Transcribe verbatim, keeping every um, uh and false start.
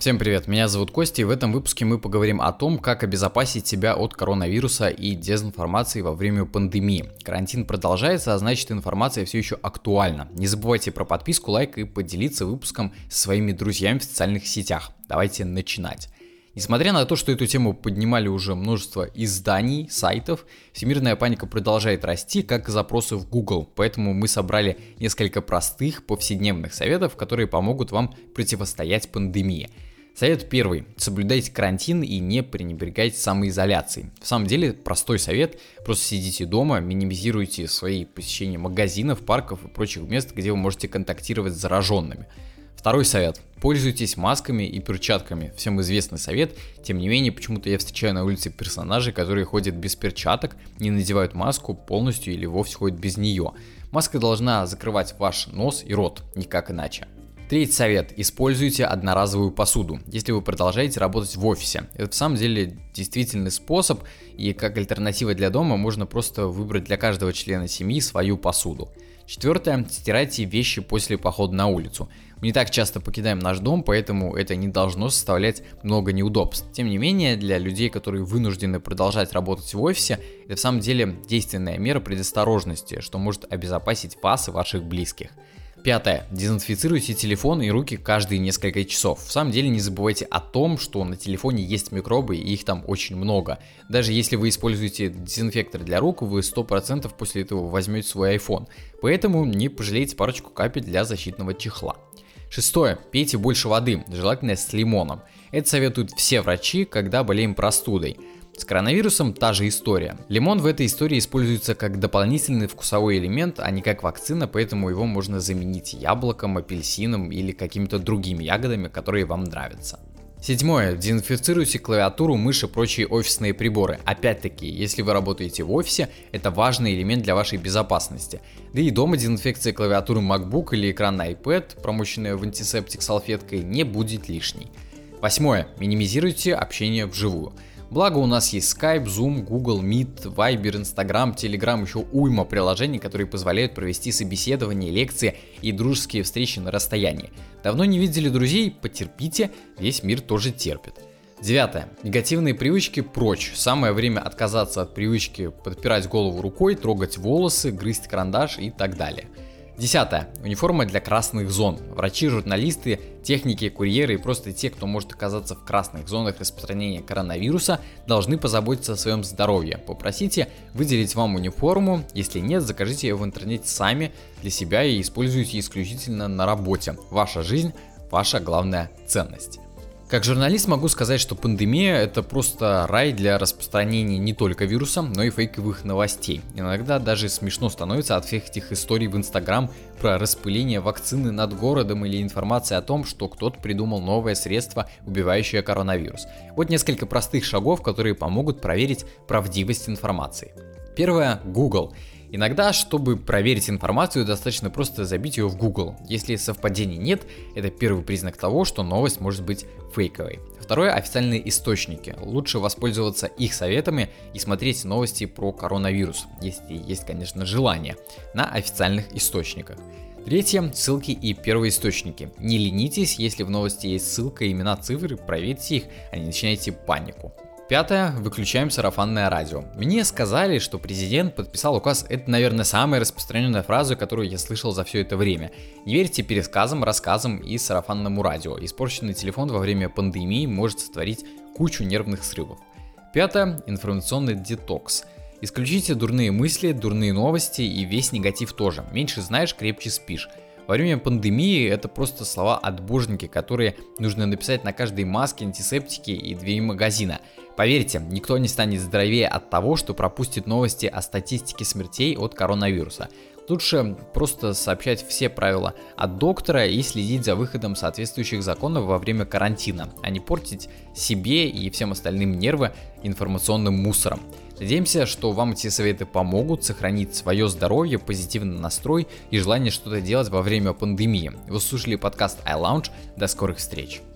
Всем привет, меня зовут Костя, и в этом выпуске мы поговорим о том, как обезопасить себя от коронавируса и дезинформации во время пандемии. Карантин продолжается, а значит, информация все еще актуальна. Не забывайте про подписку, лайк и поделиться выпуском со своими друзьями в социальных сетях. Давайте начинать. Несмотря на то, что эту тему поднимали уже множество изданий, сайтов, всемирная паника продолжает расти, как и запросы в Google, поэтому мы собрали несколько простых повседневных советов, которые помогут вам противостоять пандемии. Совет первый. Соблюдайте карантин и не пренебрегайте самоизоляцией. В самом деле простой совет, просто сидите дома, минимизируйте свои посещения магазинов, парков и прочих мест, где вы можете контактировать с зараженными. Второй совет. Пользуйтесь масками и перчатками. Всем известный совет, тем не менее, почему-то я встречаю на улице персонажей, которые ходят без перчаток, не надевают маску полностью или вовсе ходят без нее. Маска должна закрывать ваш нос и рот, никак иначе. Третий совет. Используйте одноразовую посуду, если вы продолжаете работать в офисе. Это в самом деле действительный способ, и как альтернатива для дома можно просто выбрать для каждого члена семьи свою посуду. Четвертое. Стирайте вещи после похода на улицу. Мы не так часто покидаем наш дом, поэтому это не должно составлять много неудобств. Тем не менее, для людей, которые вынуждены продолжать работать в офисе, это в самом деле действенная мера предосторожности, что может обезопасить вас и ваших близких. Пятое. Дезинфицируйте телефон и руки каждые несколько часов. В самом деле не забывайте о том, что на телефоне есть микробы и их там очень много. Даже если вы используете дезинфектор для рук, вы сто процентов после этого возьмете свой iPhone. Поэтому не пожалейте парочку капель для защитного чехла. Шестое. Пейте больше воды, желательно с лимоном. Это советуют все врачи, когда болеем простудой. С коронавирусом та же история. Лимон в этой истории используется как дополнительный вкусовой элемент, а не как вакцина, поэтому его можно заменить яблоком, апельсином или какими-то другими ягодами, которые вам нравятся. Седьмое. Дезинфицируйте клавиатуру, мышь и прочие офисные приборы. Опять-таки, если вы работаете в офисе, это важный элемент для вашей безопасности. Да и дома дезинфекция клавиатуры MacBook или экрана iPad, промоченная в антисептик салфеткой, не будет лишней. Восьмое. Минимизируйте общение вживую. Благо у нас есть Skype, Zoom, Google Meet, Viber, Instagram, Telegram, еще уйма приложений, которые позволяют провести собеседования, лекции и дружеские встречи на расстоянии. Давно не видели друзей? Потерпите, весь мир тоже терпит. Девятое. Негативные привычки прочь. Самое время отказаться от привычки подпирать голову рукой, трогать волосы, грызть карандаш и так далее. Десятое. Униформа для красных зон. Врачи, журналисты, техники, курьеры и просто те, кто может оказаться в красных зонах распространения коронавируса, должны позаботиться о своем здоровье. Попросите выделить вам униформу, если нет, закажите ее в интернете сами для себя и используйте исключительно на работе. Ваша жизнь – ваша главная ценность. Как журналист могу сказать, что пандемия – это просто рай для распространения не только вируса, но и фейковых новостей. Иногда даже смешно становится от всех этих историй в Instagram про распыление вакцины над городом или информация о том, что кто-то придумал новое средство, убивающее коронавирус. Вот несколько простых шагов, которые помогут проверить правдивость информации. Первое – Google. Иногда, чтобы проверить информацию, достаточно просто забить ее в Google. Если совпадений нет, это первый признак того, что новость может быть фейковой. Второе – официальные источники. Лучше воспользоваться их советами и смотреть новости про коронавирус, если есть, конечно, желание, на официальных источниках. Третье – ссылки и первоисточники. Не ленитесь, если в новости есть ссылка, имена, цифры, проверьте их, а не начинайте панику. Пятое. Выключаем сарафанное радио. Мне сказали, что президент подписал указ. Это, наверное, самая распространенная фраза, которую я слышал за все это время. Не верьте пересказам, рассказам и сарафанному радио. Испорченный телефон во время пандемии может сотворить кучу нервных срывов. Пятое. Информационный детокс. Исключите дурные мысли, дурные новости и весь негатив тоже. Меньше знаешь, крепче спишь. Во время пандемии это просто слова-отбожники, которые нужно написать на каждой маске, антисептике и двери магазина. Поверьте, никто не станет здоровее от того, что пропустит новости о статистике смертей от коронавируса. Лучше просто сообщать все правила от доктора и следить за выходом соответствующих законов во время карантина, а не портить себе и всем остальным нервы информационным мусором. Надеемся, что вам эти советы помогут сохранить свое здоровье, позитивный настрой и желание что-то делать во время пандемии. Вы слушали подкаст iLounge. До скорых встреч!